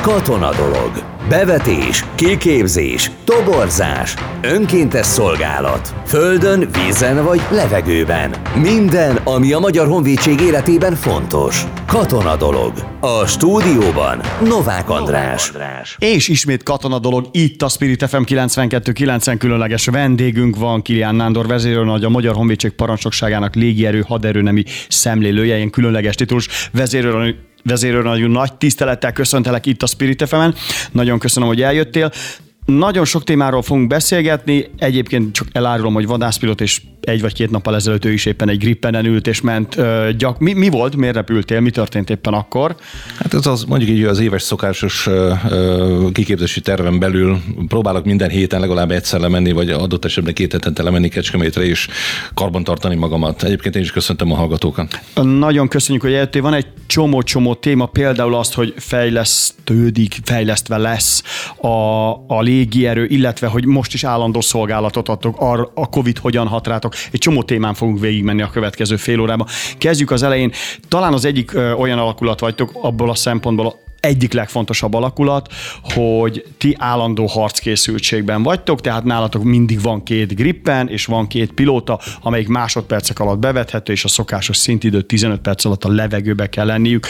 Katonadolog. Bevetés, kiképzés, toborzás, önkéntes szolgálat. Földön, vízen vagy levegőben. Minden, ami a Magyar Honvédség életében fontos. Katonadolog. A stúdióban Novák András. És ismét katonadolog itt a Spirit FM 92.9-en különleges vendégünk van, Kilián Nándor vezérőrnagy, a Magyar Honvédség parancsnokságának légierő haderőnemi szemlélője, ilyen különleges titulus vezérőrnagy, nagy tisztelettel köszöntelek itt a Spirit FM-en. Nagyon köszönöm, hogy eljöttél. Nagyon sok témáról fogunk beszélgetni, egyébként csak elárulom, hogy vadászpilot, és 1 vagy 2 nappal ezelőtt ő is éppen egy Grippenen ült és ment. Mi volt, miért repültél, mi történt éppen akkor? Hát ez az, mondjuk így az éves szokásos kiképzési terven belül próbálok minden héten legalább egyszer lemenni, vagy adott esetben 2 hetente lemenni Kecskemétre és karbantartani magamat. Egyébként én is köszöntöm a hallgatókat. Nagyon köszönjük, hogy eljöttél. Van egy csomó téma, például azt, hogy fejlesztve lesz a légierő, illetve hogy most is állandó szolgálatot adtok, a Covid hogyan hat rátok. Egy csomó témán fogunk végigmenni a következő fél órában. Kezdjük az elején. Talán az egyik olyan alakulat vagytok, abból a szempontból egyik legfontosabb alakulat, hogy ti állandó harckészültségben vagytok, tehát nálatok mindig van 2 Gripen, és van 2 pilóta, amelyik másodpercek alatt bevethető, és a szokásos szintidő 15 perc alatt a levegőbe kell lenniük.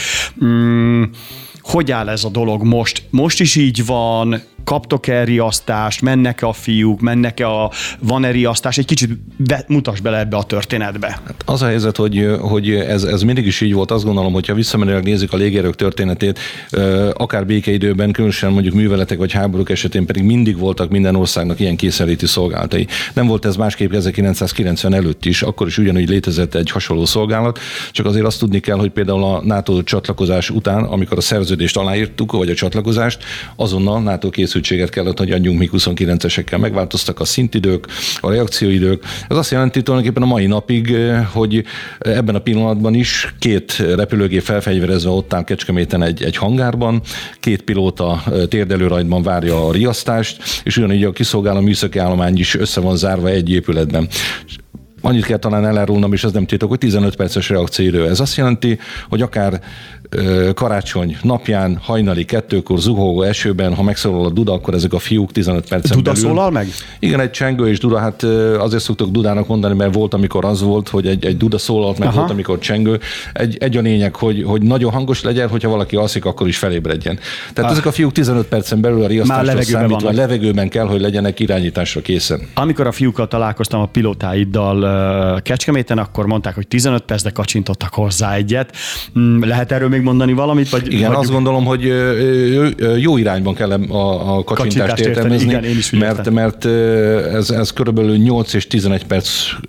Hogy áll ez a dolog most? Most is így van? Kaptok-e riasztást? Mennek-e a fiúk? Van-e riasztás? Egy kicsit mutass bele ebbe a történetbe. Hát az a helyzet, hogy ez mindig is így volt. Azt gondolom, hogyha visszamenőleg nézzük a légierők történetét, akár békeidőben, különösen mondjuk műveletek vagy háborúk esetén pedig mindig voltak minden országnak ilyen készenléti szolgálatai. Nem volt ez másképp 1990 előtt is, akkor is ugyanúgy létezett egy hasonló szolgálat, csak azért azt tudni kell, hogy például a NATO csatlakozás után, amikor a szerződést aláírtuk, vagy a csatlakozást, azonnal NATO készültséget kellett, hogy adjunk MiG-29-esekkel. Megváltoztak a szintidők, a reakcióidők. Ez azt jelenti tulajdonképpen a mai napig, hogy ebben a pillanatban is 2 repülőgép felfegyverezve ott áll Kecskeméten egy hangárban, 2 pilóta térdelőrajtban várja a riasztást, és ugyanígy a kiszolgáló műszaki állomány is össze van zárva egy épületben. Annyit kell talán elárulnom, és ez nem titok, hogy 15 perces reakcióidő. Ez azt jelenti, hogy akár karácsony napján, hajnali 2-kor, zuhogó esőben, ha megszólal a duda, akkor ezek a fiúk 15 percen belül. Duda szólal meg? Igen, egy csengő és duda, hát azért szoktuk dudának mondani, mert volt, amikor az volt, hogy egy duda szólalt meg, volt, amikor csengő. Egy a lényeg, hogy nagyon hangos legyen, hogyha valaki alszik, akkor is felébredjen. Tehát ezek a fiúk 15 percen belül a riasztásra számítva levegőben kell, hogy legyenek irányításra készen. Amikor a fiúkkal találkoztam a pilótáiddal Kecskeméten, akkor mondták, hogy 15 perc, de kacsintottak hozzá egyet. Lehet erről még mondani valamit? Vagy igen, azt gondolom, hogy jó irányban kell a kacsintást értelmezni, igen, mert ez körülbelül 8 és 11 perc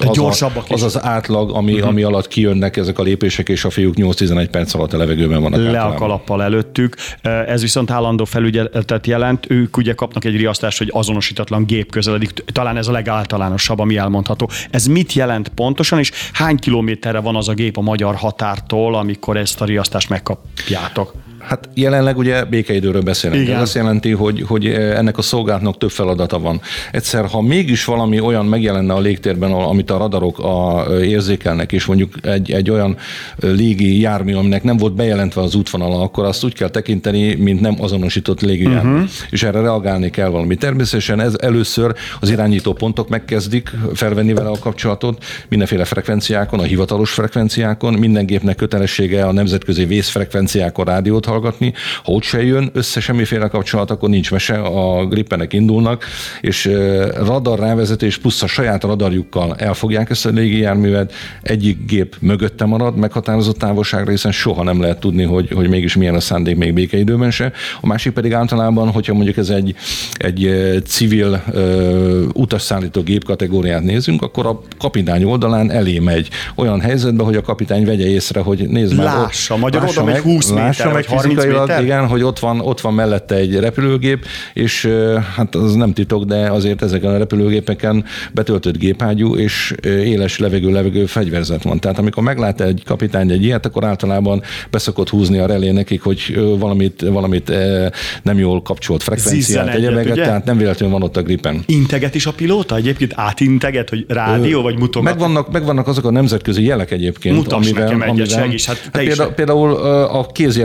az átlag, ami alatt kijönnek ezek a lépések, és a fiúk 8-11 perc alatt a levegőben vannak. Le a kalappal előttük. Ez viszont állandó felügyeletet jelent. Ők ugye kapnak egy riasztást, hogy azonosítatlan gép közeledik. Talán ez a legáltalánosabb, ami elmondható. Ez mit jelent pontosan, és hány kilométerre van az a gép a magyar határtól, amikor ezt a riasztást megkapjátok? Hát jelenleg ugye békeidőről beszélünk. Ez azt jelenti, hogy ennek a szolgálatnak több feladata van. Egyszer, ha mégis valami olyan megjelenne a légtérben, amit a radarok érzékelnek, és mondjuk egy olyan légi jármű, aminek nem volt bejelentve az útvonala, akkor azt úgy kell tekinteni, mint nem azonosított légi jármű. És erre reagálni kell valami. Természetesen ez először az irányító pontok megkezdik felvenni vele a kapcsolatot, mindenféle frekvenciákon, a hivatalos frekvenciákon, minden gépnek kötelessége a nemzetközi vészfrekvenciákon rádiót hallgatni. Ha ott se jön össze semmiféle kapcsolat, akkor nincs mese, a Gripenek indulnak, és radar rávezetés plusz a saját radarjukkal elfogják ezt a légijárművet, egyik gép mögötte marad meghatározott távolságra, hiszen soha nem lehet tudni, hogy mégis milyen a szándék még békeidőben se. A másik pedig általában, hogyha mondjuk ez egy civil utasszállító gép kategóriát nézünk, akkor a kapitány oldalán elé megy olyan helyzetben, hogy a kapitány vegye észre, hogy nézd már. Lássa, magyarul oda megy 20 méter, vagy 30 méter? Igen, hogy ott van mellette egy repülőgép, és hát az nem titok, de azért ezeken a repülőgépeken betöltött gépágyú és éles levegő fegyverzet van. Tehát amikor meglát egy kapitány egy ilyet, akkor általában beszokott húzni a relé nekik, hogy valamit nem jól kapcsolt frekvenciát, egyebeket, tehát nem véletlenül van ott a Gripen. Integet is a pilóta? Egyébként átinteget, hogy rádió, vagy mutogat? Megvannak azok a nemzetközi jelek egyébként. Mutasd nekem egyet, segíts. Hát például a kézjelekkel meg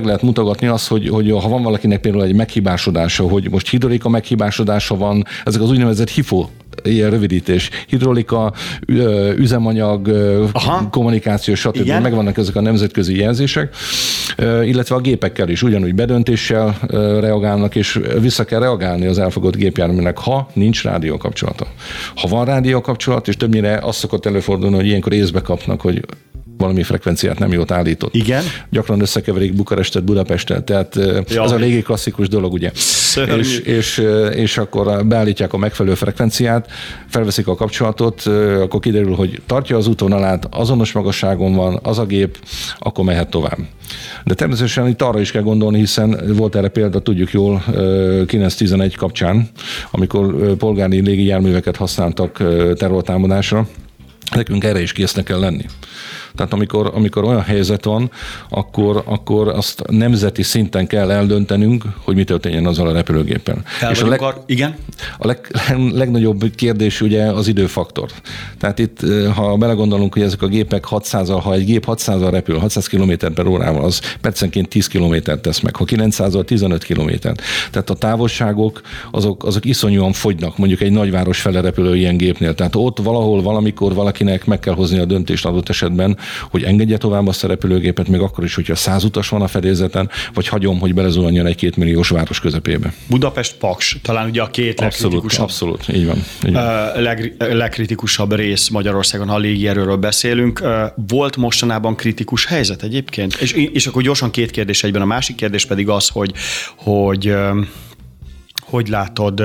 lehet mutogatni azt, hogy ha van valakinek például egy meghibásodása, hogy most hidrolika meghibásodása van, ezek az úgynevezett HIFO, ilyen rövidítés, hidrolika, üzemanyag, kommunikáció, stb. Igen? Megvannak ezek a nemzetközi jelzések, illetve a gépekkel is ugyanúgy bedöntéssel reagálnak, és vissza kell reagálni az elfogott gépjárműnek, ha nincs rádiókapcsolata. Ha van rádiókapcsolat, és többnyire az szokott előfordulni, hogy ilyenkor észbe kapnak, hogy valami frekvenciát nem jót állított. Igen. Gyakran összekeverik Bukarestet Budapesttel, tehát ez a régi klasszikus dolog, ugye. És akkor beállítják a megfelelő frekvenciát, felveszik a kapcsolatot, akkor kiderül, hogy tartja az útvonalát, azonos magasságon van az a gép, akkor mehet tovább. De természetesen itt arra is kell gondolni, hiszen volt erre példa, tudjuk jól, 9/11 kapcsán, amikor polgári légijárműveket használtak terrortámadásra, nekünk erre is késznek kell lenni. Tehát amikor olyan helyzet van, akkor azt nemzeti szinten kell eldöntenünk, hogy mi történjen azzal a repülőgéppel. És igen? A legnagyobb kérdés ugye az időfaktor. Tehát itt, ha belegondolunk, hogy ezek a gépek 600-al, ha egy gép 600-al repül, 600 km/órával, az percenként 10 kilométert tesz meg. Ha 900-al 15 kilométert. Tehát a távolságok azok iszonyúan fogynak, mondjuk egy nagyváros fele repülő ilyen gépnél. Tehát ott valahol, valamikor valakinek meg kell hozni a döntést adott esetben, hogy engedje tovább azt a repülőgépet, még akkor is, hogyha 100 utas van a fedélzeten, vagy hagyom, hogy belezuhanjon egy 2 milliós város közepébe. Budapest-Paks, talán ugye a két legkritikusabb. Abszolút, így van. Legkritikusabb rész Magyarországon, ha a légierőről beszélünk. Volt mostanában kritikus helyzet egyébként? És akkor gyorsan 2 kérdés egyben. A másik kérdés pedig az, hogy látod,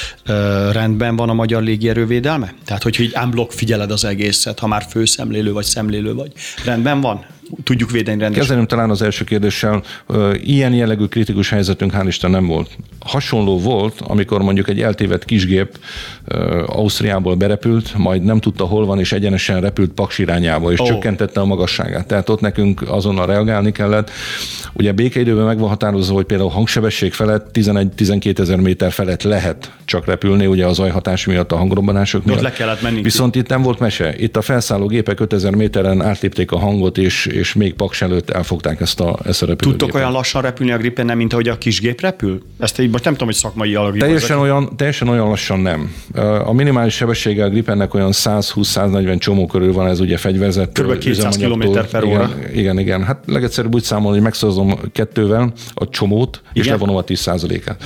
rendben van a magyar légierő védelme? Tehát, hogyha így unblock figyeled az egészet, ha már főszemlélő vagy szemlélő vagy, rendben van? Tudjuk védeni rendesen? Kezdeném talán az első kérdéssel. Ilyen jellegű kritikus helyzetünk hál' Isten nem volt. Hasonló volt, amikor mondjuk egy eltévedt kisgép Ausztriából berepült, majd nem tudta, hol van, és egyenesen repült Paks irányába, és csökkentette a magasságát. Tehát ott nekünk azonnal reagálni kellett. Ugye békeidőben meg van határozva, hogy például hangsebesség felett 11-12 ezer méter felett lehet csak repülni, ugye az zajhatás miatt, a hangrobbanások miatt. Le kellett menni. Viszont itt nem volt mese. Itt a felszálló gépek 5000 méteren átlépték a hangot, és még Paks előtt elfogták ezt a repülőgépet. Tudtok olyan lassan repülni a Gripen, nem, mint ahogy a kisgép repül? Ezt így most nem tudom, hogy szakmai alapján. Teljesen olyan lassan nem. A minimális sebessége a Gripennek olyan 120-140 csomó körül van, ez ugye fegyverzett. Kb. 200 km/h. Igen. Hát legegyszerűbb úgy számolni, hogy megszorozom 2-vel a csomót, és levonom a 10%-át.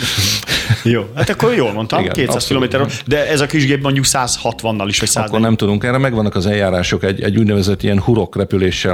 Jó, hát akkor jól mondtam, igen, 200 km/h, de ez a kisgép mondjuk 160-nal is, vagy 140. Akkor nem tudunk, erre megvannak az eljárások, egy úgynevezett ilyen hurok repüléssel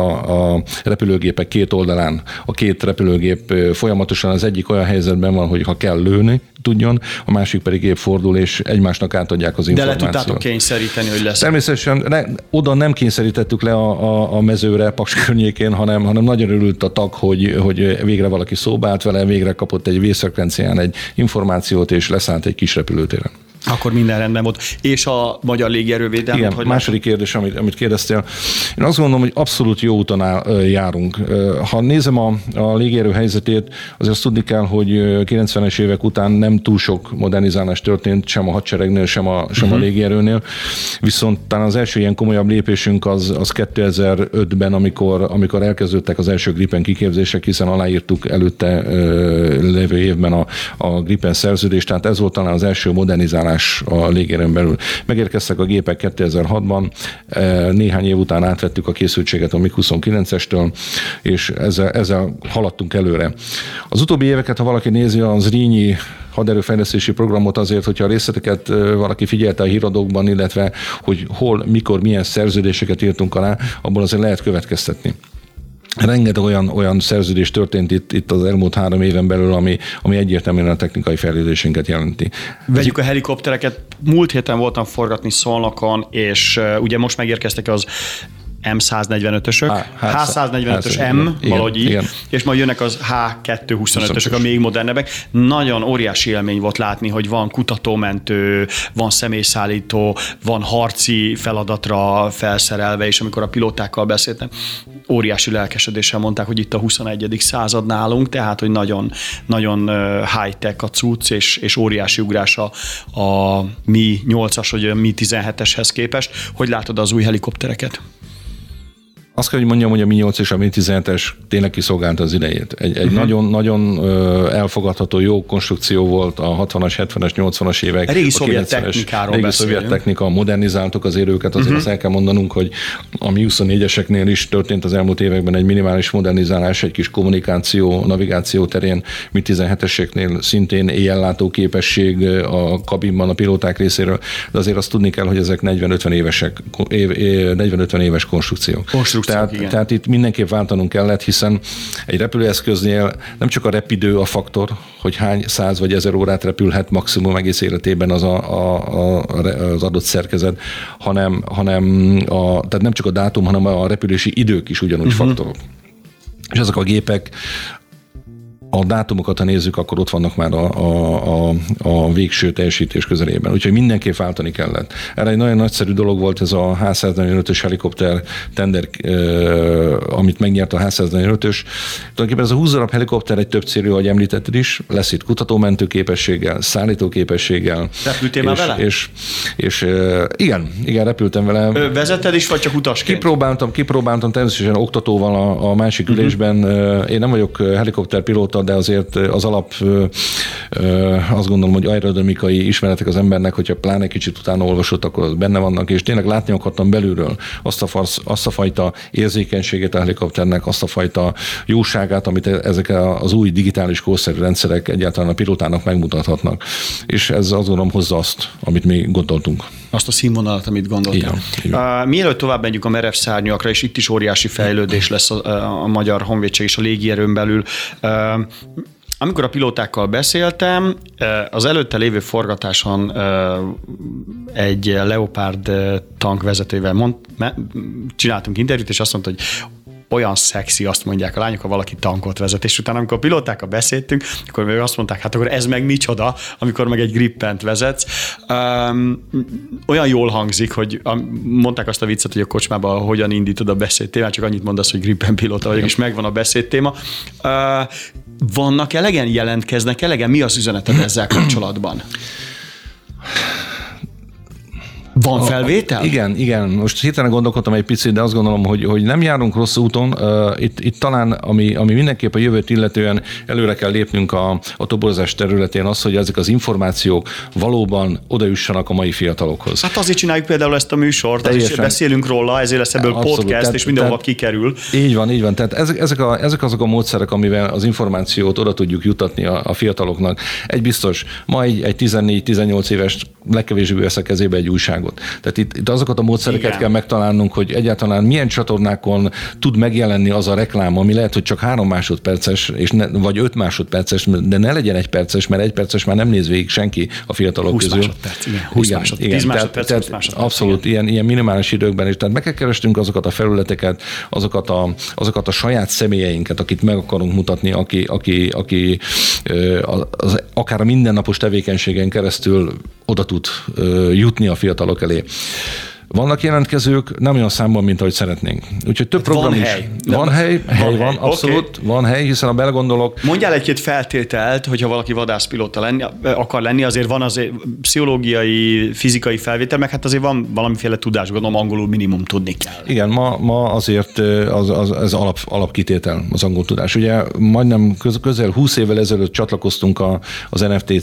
a repülőgépek két oldalán. A két repülőgép folyamatosan az egyik olyan helyzetben van, hogy ha kell lőni tudjon, a másik pedig épp fordul, és egymásnak átadják az információt. De le tudtátok kényszeríteni, hogy lesz. Természetesen oda nem kényszerítettük le a mezőre, Paks környékén, hanem nagyon örült a tag, hogy végre valaki szóba állt vele, végre kapott egy vészfrekvencián egy információt, és leszállt egy kis repülőtéren. Akkor minden rendben volt. És a magyar légierővédelmet? Igen, második kérdés, amit kérdeztél. Én azt gondolom, hogy abszolút jó úton járunk. Ha nézem a légierő helyzetét, azért azt tudni kell, hogy 90-es évek után nem túl sok modernizálás történt, sem a hadseregnél, sem a légierőnél. Viszont talán az első ilyen komolyabb lépésünk az 2005-ben, amikor elkezdődtek az első Gripen kiképzések, hiszen aláírtuk előtte lévő évben a Gripen szerződést, tehát ez volt talán az első modernizálás a légierőn belül. Megérkeztek a gépek 2006-ban, néhány év után átvettük a készültséget a MiG-29-estől, és ezzel haladtunk előre. Az utóbbi éveket, ha valaki nézi a Zrínyi haderőfejlesztési programot, azért, hogyha a részleteket valaki figyelte a híradókban, illetve hogy hol, mikor, milyen szerződéseket írtunk alá, abból azért lehet következtetni. Rengeteg olyan szerződés történt itt az elmúlt 3 éven belül, ami egyértelműen a technikai fejlődésünket jelenti. Vegyük a helikoptereket. Múlt héten voltam forgatni Szolnokon, és ugye most megérkeztek az M145-ösök, H145-ös M, valahogy így, és majd jönnek az H225-ösök, a még modernebbek. Nagyon óriási élmény volt látni, hogy van kutatómentő, van személyszállító, van harci feladatra felszerelve, és amikor a pilótákkal beszéltem, óriási lelkesedéssel mondták, hogy itt a 21. század nálunk, tehát, hogy nagyon, nagyon high-tech a cucc, és óriási ugrás a Mi 8-as, vagy a Mi 17-eshez képest. Hogy látod az új helikoptereket? Azt kell, hogy mondjam, hogy a Mi-8 és a Mi-17-es tényleg kiszolgálta az idejét. Egy nagyon elfogadható, jó konstrukció volt a 60-as, 70-es, 80-as évek. Régi szovjet technikáról régi szovjet technika, modernizáltuk az őket, azért azt el kell mondanunk, hogy a Mi-24-eseknél is történt az elmúlt években egy minimális modernizálás, egy kis kommunikáció, navigáció terén, Mi-17-eseknél szintén éjjellátó képesség a kabinban a pilóták részéről, de azért azt tudni kell, hogy ezek 40-50 éves konstrukciók. Tehát itt mindenképp váltanunk kellett, hiszen egy repülőeszköznél nem csak a repidő a faktor, hogy hány 100 vagy 1000 órát repülhet maximum egész életében az adott szerkezet, hanem tehát nem csak a dátum, hanem a repülési idők is ugyanúgy faktorok. És ezek a gépek, a dátumokat, ha nézzük, akkor ott vannak már a végső teljesítés közelében. Úgyhogy mindenképp váltani kellett. Erre egy nagyon nagyszerű dolog volt ez a H145-ös helikopter tender, amit megnyert a H145-ös. Tulajdonképpen ez a 20 darab helikopter egy több célú, ahogy említetted is, lesz itt kutatómentő képességgel, szállító képességgel. Repültél már vele? És igen, repültem vele. Vezetted is, vagy csak utasként? Kipróbáltam természetesen oktatóval a másik ülésben. Én nem vagyok helikopterpilóta, de azért az alap, azt gondolom, hogy aerodinamikai ismeretek az embernek, hogyha pláne kicsit utána olvasott, akkor az benne vannak, és tényleg látni akartam belülről azt a fajta érzékenységet a helikopternek, azt a fajta jóságát, amit ezek az új digitális korszerű rendszerek egyáltalán a pilótának megmutathatnak. És ez azt gondolom hozza azt, amit mi gondoltunk. Azt a színvonalat, amit gondoltam. Mielőtt tovább megyünk a merev szárnyakra, és itt is óriási fejlődés lesz a Magyar Honvédség és a légierőn belül. Amikor a pilótákkal beszéltem, az előtte lévő forgatáson egy Leopard tankvezetővel csináltunk interjút, és azt mondta, hogy olyan szexi, azt mondják a lányok, ha valaki tankot vezet, és utána, amikor a pilótákkal beszéltünk, akkor még azt mondták, hát akkor ez meg micsoda, amikor meg egy Grippent vezetsz. Olyan jól hangzik, hogy mondták azt a viccet, hogy a kocsmában hogyan indítod a beszédtémát, csak annyit mondasz, hogy Grippen pilóta vagyok, és megvan a beszédtéma. Vannak elegen, jelentkeznek elegen? Mi az üzeneted ezzel kapcsolatban? Van felvétel? Igen. Most hirtelen gondolkodtam egy picit, de azt gondolom, hogy nem járunk rossz úton. Itt talán, ami mindenképp a jövőt illetően előre kell lépnünk a toborzás területén az, hogy ezek az információk valóban odajussanak a mai fiatalokhoz. Hát azért csináljuk például ezt a műsort, és beszélünk róla, ezért lesz ebből podcast, és mindenhol kikerül. Így van. Tehát ezek azok a módszerek, amivel az információt oda tudjuk jutatni a fiataloknak. Egy biztos, ma egy 14-18 éves legkevésbé vesz a kezébe egy újságot. Tehát itt azokat a módszereket kell megtalálnunk, hogy egyáltalán milyen csatornákon tud megjelenni az a reklám, ami lehet, hogy csak 3 másodperces, vagy 5 másodperces, de ne legyen 1 perces, mert 1 perces már nem néz végig senki a fiatalok 20 közül. 20 másodperc, 10 másodperc, 20 másodperc. Abszolút, ilyen minimális időkben is. Tehát meg kell keresnünk azokat a felületeket, azokat a saját személyeinket, akit meg akarunk mutatni, aki akár a mindennapos tevékenységen keresztül oda tud jutni a fiatalok elé. Vannak jelentkezők, nem olyan számban, mint ahogy szeretnénk. Úgyhogy több program is. Van hely, abszolút, okay. Van hely, hiszen a belgondolok. Mondjál egy-két feltételt, hogyha valaki vadászpilóta akar lenni, azért van azért pszichológiai, fizikai felvétel, meg hát azért van valamiféle tudás, gondolom angolul minimum tudni kell. Igen, ma azért ez alapkitétel az angol tudás. Ugye majdnem közel 20 évvel ezelőtt csatlakoztunk az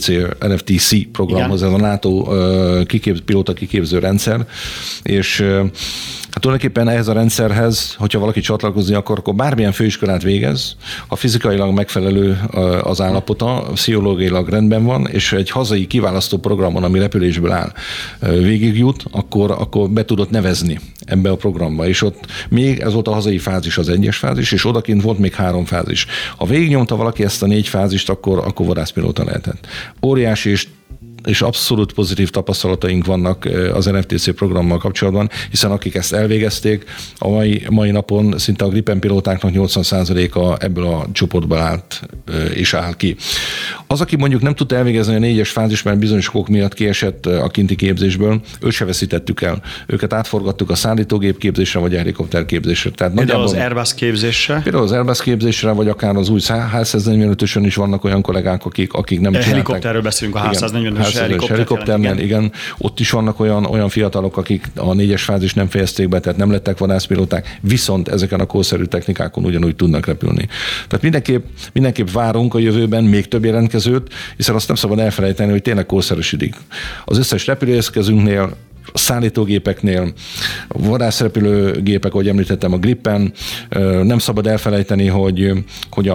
NFTC programhoz, ez a NATO pilóta kiképző rendszer, és hát tulajdonképpen ehhez a rendszerhez, hogyha valaki csatlakozni akar, akkor bármilyen főiskolát végez, ha fizikailag megfelelő az állapota, pszichológiailag rendben van, és egy hazai kiválasztó programon, ami repülésből áll, végigjut, akkor be tudott nevezni ebbe a programba. És ott még ez volt a hazai fázis, az 1-es fázis, és odakint volt még 3 fázis. Ha végignyomta valaki ezt a 4 fázist, akkor vadászpilóta lehetett. Óriási és abszolút pozitív tapasztalataink vannak az NFTC programmal kapcsolatban, hiszen akik ezt elvégezték, a mai napon szinte a Gripen pilótáknak 80%-a ebből a csoportból állt és áll ki. Az, aki mondjuk nem tudta elvégezni a 4-es fázis, mert bizonyos okok miatt kiesett a kinti képzésből, őt se veszítettük el. Őket átforgattuk a szállítógép képzésre, vagy a helikopter képzésre. Tehát például az Airbus képzésre? Például az Airbus képzésre, vagy akár az új H145-ösön is vannak olyan kollégák, akik nem csinálták. Helikopterről beszélünk, a H145-ös helikopternél, igen. Ott is vannak olyan fiatalok, akik a 4-es fázis nem fejezték be, tehát nem lettek vadászpilóták, viszont ezeken a korszerű technikákon ugyanúgy tudnak repülni. Tehát mindenképp várunk a jövőben még több jelentkezőt, hiszen azt nem szabad elfelejteni, hogy tényleg korszerűsödik. Az összes repülőeszközünknél, a szállítógépeknél, a vadászrepülőgépek, ahogy említettem, a Gripen, nem szabad elfelejteni, hogy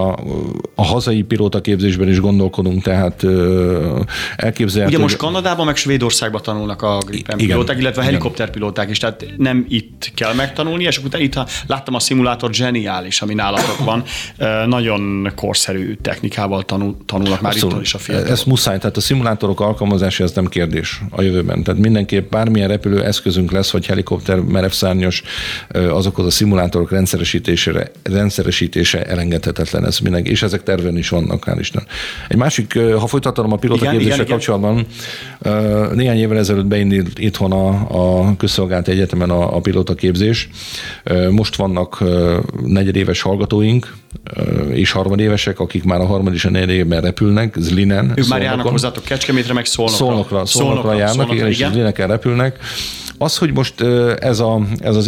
a hazai pilótaképzésben is gondolkodunk, tehát elképzelhető. Ugye most Kanadában meg Svédországban tanulnak a Gripen pilóták, illetve a helikopterpilóták is, tehát nem itt kell megtanulni, és akkor itt láttam a szimulátor, zseniális, ami nálatok van, nagyon korszerű technikával tanulnak már itt is a fiatalok. Ez muszáj, tehát a szimulátorok alkalmazása ez nem kérdés a jövőben, tehát mindenképp bármilyen repülő eszközünk lesz, vagy helikopter, merevszárnyos, azokhoz a szimulátorok rendszeresítése elengedhetetlen, ez mindenki, és ezek terven is vannak, hál' Isten. Egy másik, ha folytatom a pilótaképzéssel kapcsolatban, néhány évvel ezelőtt beindult itthon a Közszolgálati Egyetemen a pilótaképzés. Most vannak negyedéves hallgatóink, és harmadévesek, akik már a harmad és a negyedévben repülnek, Zlinen. Ők már járnak hozzátok Kecskemétre, meg Szolnokra járnak, igen, és Zlineken repülnek. Az, hogy most ez az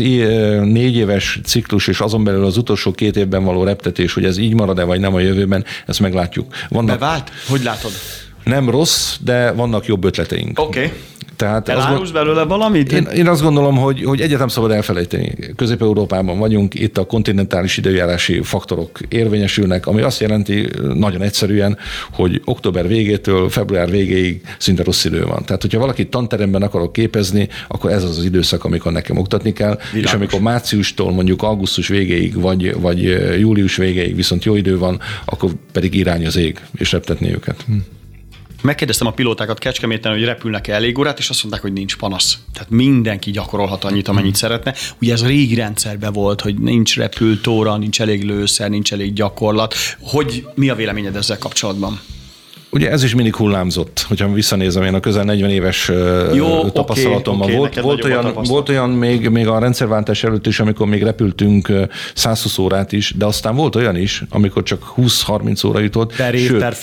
4 éves ciklus, és azon belül az utolsó 2 évben való reptetés, hogy ez így marad-e, vagy nem a jövőben, ezt meglátjuk. Bevált? Hogy látod? Nem rossz, de vannak jobb ötleteink. Oké. Elárulsz belőle valamit? Én azt gondolom, hogy egyet nem szabad elfelejteni. Közép-Európában vagyunk, itt a kontinentális időjárási faktorok érvényesülnek, ami azt jelenti nagyon egyszerűen, hogy október végétől február végéig szinte rossz idő van. Tehát, hogyha valaki tanteremben akarok képezni, akkor ez az időszak, amikor nekem oktatni kell, és amikor márciustól mondjuk augusztus végéig, vagy július végéig viszont jó idő van, akkor pedig irány az ég, és reptetni őket. Megkérdeztem a pilótákat Kecskeméten, hogy repülnek-e elég órát, és azt mondták, hogy nincs panasz. Tehát mindenki gyakorolhat annyit, amennyit szeretne. Ugye ez a régi rendszerben volt, hogy nincs repülőtóra, nincs elég lőszer, nincs elég gyakorlat. Mi a véleményed ezzel kapcsolatban? Ugye ez is mindig hullámzott, hogyha visszanézem, én a közel 40 éves tapasztalatomban volt olyan még a rendszerváltás előtt is, amikor még repültünk 120 órát is, de aztán volt olyan is, amikor csak 20-30 óra jutott. Per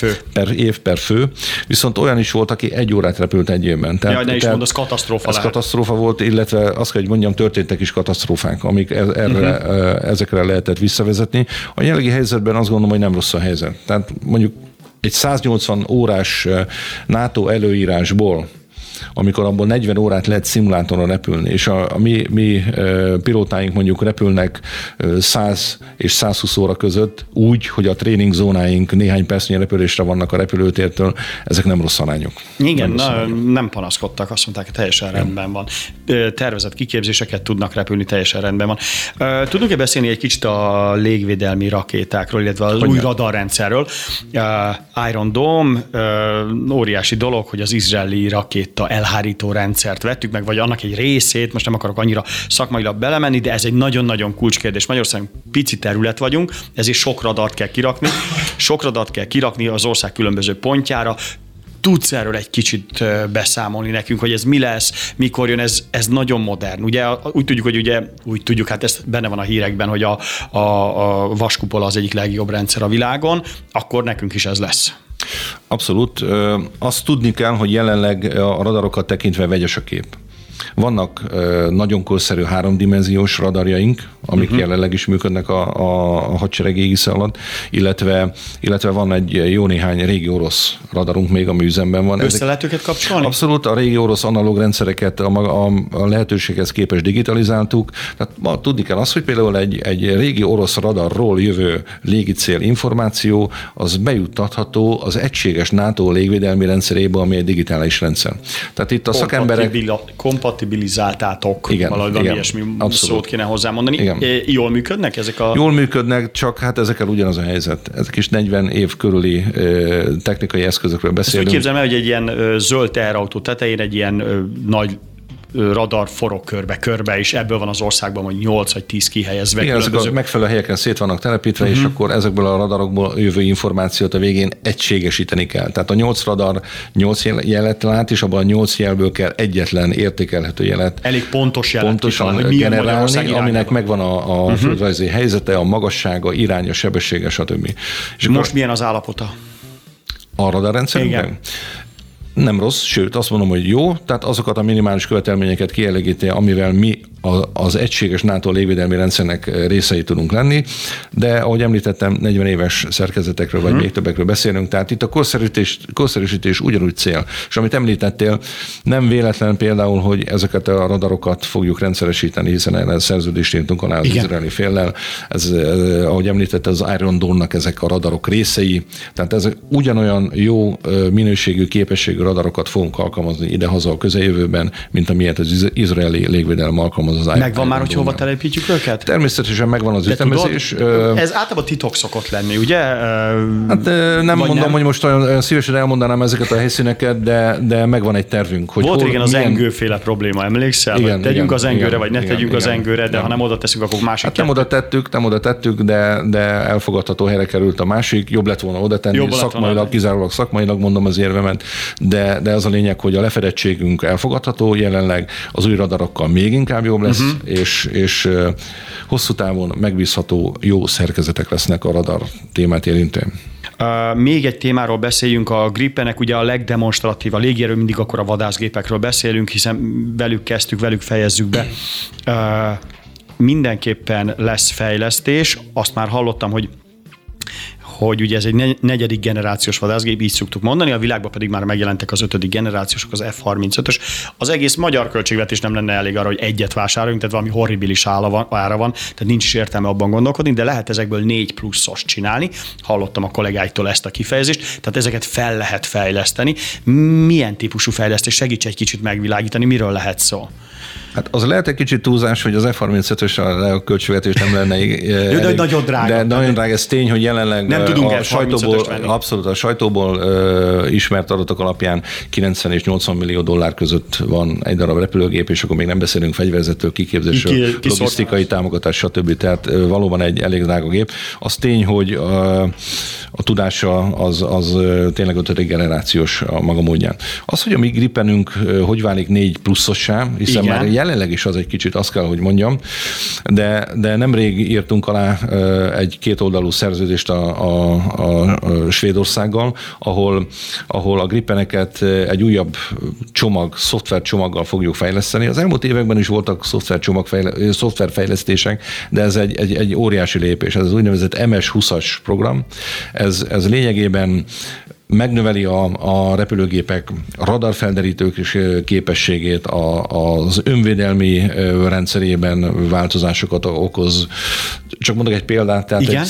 év per fő. Viszont olyan is volt, aki 1 órát repült egy évben. Ne is mondd, az katasztrófa lehet. Katasztrófa volt, illetve azt kell, hogy mondjam, történtek is katasztrófák, amik ezekre lehetett visszavezetni. A jelenlegi helyzetben azt gondolom, hogy nem rossz a helyzet. Tehát mondjuk egy 180 órás NATO előírásból, amikor abból 40 órát lehet szimulátoron repülni, és a mi pilótáink mondjuk repülnek 100 és 120 óra között úgy, hogy a tréning zónáink néhány percnyi repülésre vannak a repülőtértől, ezek nem rossz arányok. Igen, nem panaszkodtak, azt mondták, hogy teljesen rendben van. Tervezett kiképzéseket tudnak repülni, teljesen rendben van. Tudunk-e beszélni egy kicsit a légvédelmi rakétákról, illetve az új radarrendszerről? Iron Dome, óriási dolog, hogy az izraeli rakéta elhárító rendszert vettük meg, vagy annak egy részét, most nem akarok annyira szakmailag belemenni, de ez egy nagyon-nagyon kulcskérdés. Magyarországon pici terület vagyunk, ezért sok radart kell kirakni. Sok radart kell kirakni az ország különböző pontjára. Tudsz erről egy kicsit beszámolni nekünk, hogy ez mi lesz, mikor jön, ez nagyon modern. Ugye úgy tudjuk, hát ez benne van a hírekben, hogy a vaskupola az egyik legjobb rendszer a világon, akkor nekünk is ez lesz. Abszolút. Azt tudni kell, hogy jelenleg a radarokat tekintve vegyes a kép. Vannak nagyon korszerű 3-dimenziós radarjaink, amik jelenleg is működnek a hadsereg égisze alatt, illetve van egy jó néhány régi orosz radarunk még, ami üzemben van. Össze lehet őket kapcsolni? Abszolút, a régi orosz analóg rendszereket a lehetőséghez képest digitalizáltuk. Tehát ma tudni kell azt, hogy például egy régi orosz radarról jövő légicél információ, az bejuttatható az egységes NATO légvédelmi rendszerébe, ami egy digitális rendszer. Tehát itt a szakemberek... Kompatibilizáltátok, igen, valami ilyesmi szót kéne hozzámondani. Igen. Jól működnek ezek a... Jól működnek, csak hát ezekkel ugyanaz a helyzet. Ezek is 40 év körüli technikai eszközökről beszélünk. Ezt úgy képzelem el, hogy egy ilyen zöld teherautó tetején egy ilyen nagy radar forog körbe, és ebből van az országban, hogy 8 vagy 10 kihelyezve. Igen, ezek a megfelelő helyeken szét vannak telepítve, és akkor ezekből a radarokból jövő információt a végén egységesíteni kell. Tehát a 8 radar 8 jelet lát, és abban a 8 jelből kell egyetlen értékelhető jelet. Elég pontos jelet pontosan kitalálni, hogy generálni, aminek megvan a földrajzi helyzete, a magassága, iránya, sebessége, stb. És most milyen az állapota? A radarrendszerünkben? Nem rossz, sőt azt mondom, hogy jó, tehát azokat a minimális követelményeket kielégíti, amivel mi az egységes NATO légvédelmi rendszernek részei tudunk lenni, de ahogy említettem, 40 éves szerkezetekről vagy még többekről beszélünk, tehát itt a korszerűsítés ugyanúgy cél. És amit említettél, nem véletlen például, hogy ezeket a radarokat fogjuk rendszeresíteni, hiszen erre szerződést írtunk alá az izraeli féllel. Ez, ahogy említette, az Iron Dome-nak ezek a radarok részei, tehát ezek ugyanolyan jó minőségű, képességű radarokat fogunk alkalmazni idehaza a közeljövőben, mint amilyet az izraeli légvédelem alkalmaz. Megvan már, hogy hova telepítjük őket? Természetesen megvan az ütemezés. Ez általában titok szokott lenni, ugye? Hát nem mondom, hogy most olyan szívesen elmondanám ezeket a helyszíneket, de megvan egy tervünk. Hogy volt régen az engőféle probléma, emlékszel? Igen, hogy tegyünk az engőre, vagy ne tegyünk az engőre, de igen. ha nem oda teszünk, akkor másik. Hát nem oda tettük, de elfogadható helyre került a másik. Jobb lett volna oda tenni, szakmailag, kizárólag szakmailag mondom az érvemet, de az a lényeg, hogy a lefedettségünk elfogadható jelenleg, az új radarokkal még inkább jobb lesz, és hosszú távon megbízható, jó szerkezetek lesznek a radar témát érintően. Még egy témáról beszéljünk, a Gripenek ugye a legdemonstratív, a légierő mindig akkor a vadászgépekről beszélünk, hiszen velük kezdtük, velük fejezzük be. Mindenképpen lesz fejlesztés, azt már hallottam, hogy ugye ez egy 4. generációs vadászgép, így szoktuk mondani, a világban pedig már megjelentek az 5. generációsok, az F-35-ös. Az egész magyar költségvetés nem lenne elég arra, hogy egyet vásároljunk, tehát valami horribilis ára van, tehát nincs is értelme abban gondolkodni, de lehet ezekből 4 pluszos csinálni. Hallottam a kollégáitól ezt a kifejezést, tehát ezeket fel lehet fejleszteni. Milyen típusú fejlesztés? Segíts egy kicsit megvilágítani, miről lehet szó? Hát az lehet egy kicsit túlzás, hogy az F-35-ös a költségvetés nem lenne de nagyon drága. De nagyon drága, ez tény, hogy jelenleg nem tudunk a sajtóból ismert adatok alapján 90 és 80 millió dollár között van egy darab repülőgép, és akkor még nem beszélünk fegyverzetről, kiképzésről, logisztikai támogatás, stb. Tehát valóban egy elég drága gép. Az tény, hogy a tudása az tényleg 5. generációs a maga módján. Az, hogy a mi Gripenünk hogy válik 4 pluszossá, hiszen már jelenleg is az egy kicsit, azt kell, hogy mondjam, de nemrég írtunk alá egy 2 oldalú szerződést a Svédországgal, ahol a Gripeneket egy újabb szoftvercsomaggal fogjuk fejleszteni. Az elmúlt években is voltak szoftverfejlesztések, de ez egy óriási lépés. Ez az úgynevezett MS-20-as program. Ez lényegében megnöveli a repülőgépek radarfelderítők képességét, az önvédelmi rendszerében változásokat okoz. Csak mondok egy példát, tehát egy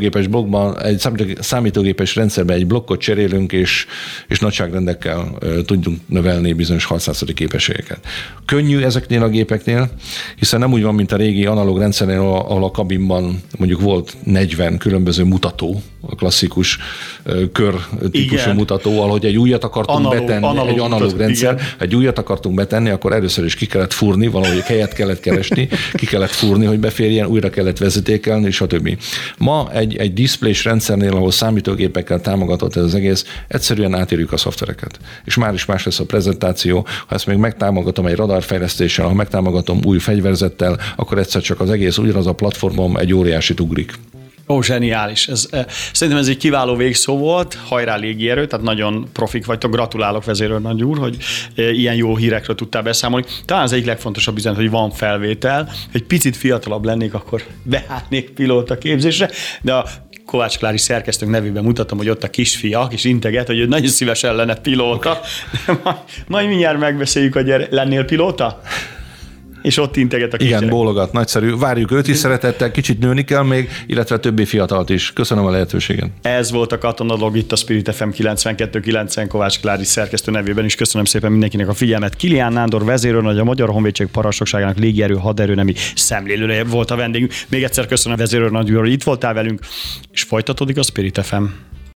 számítógépes rendszerben egy blokkot cserélünk, és nagyságrendekkel tudunk növelni bizonyos harcászati képességeket. Könnyű ezeknél a gépeknél, hiszen nem úgy van, mint a régi analóg rendszernél, ahol a kabinban mondjuk volt 40 különböző mutató, a klasszikus kör típusú mutató, ahogy egy újat akartunk betenni, egy analóg rendszer, egy újat akartunk betenni, akkor először is ki kellett fúrni, valahogy helyet kellett keresni, ki kellett fúrni, hogy beférjen, újra kellett vezetékelni, stb. Ma egy displays rendszernél, ahol számítógépekkel támogatott ez az egész, egyszerűen átírjuk a szoftvereket. És már is más lesz a prezentáció. Ha ezt még megtámogatom egy radarfejlesztéssel, ha megtámogatom új fegyverzettel, akkor egyszer csak az egész ugyanaz a platformom egy óriásit ugrik. Ó, zseniális. Szerintem ez egy kiváló végszó volt. Hajrá légierő, tehát nagyon profik vagytok. Gratulálok, vezérőrnagy úr, hogy ilyen jó hírekről tudtál beszámolni. Talán az egyik legfontosabb üzenet, hogy van felvétel. Egy picit fiatalabb lennék, akkor beállnék pilóta képzésre, de a Kovács Klári szerkesztőnk nevében mutatom, hogy ott a kisfiak, és integet, hogy ő nagyon szívesen lenne pilóta. Majd mindjárt megbeszéljük, hogy lennél pilóta? És ott integet a kisgyerek. Igen, bólogat, nagyszerű. Várjuk őt is szeretettel, kicsit nőni kell még, illetve többi fiatalt is. Köszönöm a lehetőséget. Ez volt a Katonalog itt a Spirit FM 92.9 Kovács Klári szerkesztő nevében is. Köszönöm szépen mindenkinek a figyelmet. Kilián Nándor vezérőrnagy, a Magyar Honvédség parancsnokságának légierő haderőnemi szemlélője volt a vendégünk. Még egyszer köszönöm a vezérőrnagy úr, hogy itt voltál velünk, és folytatódik a Spirit FM.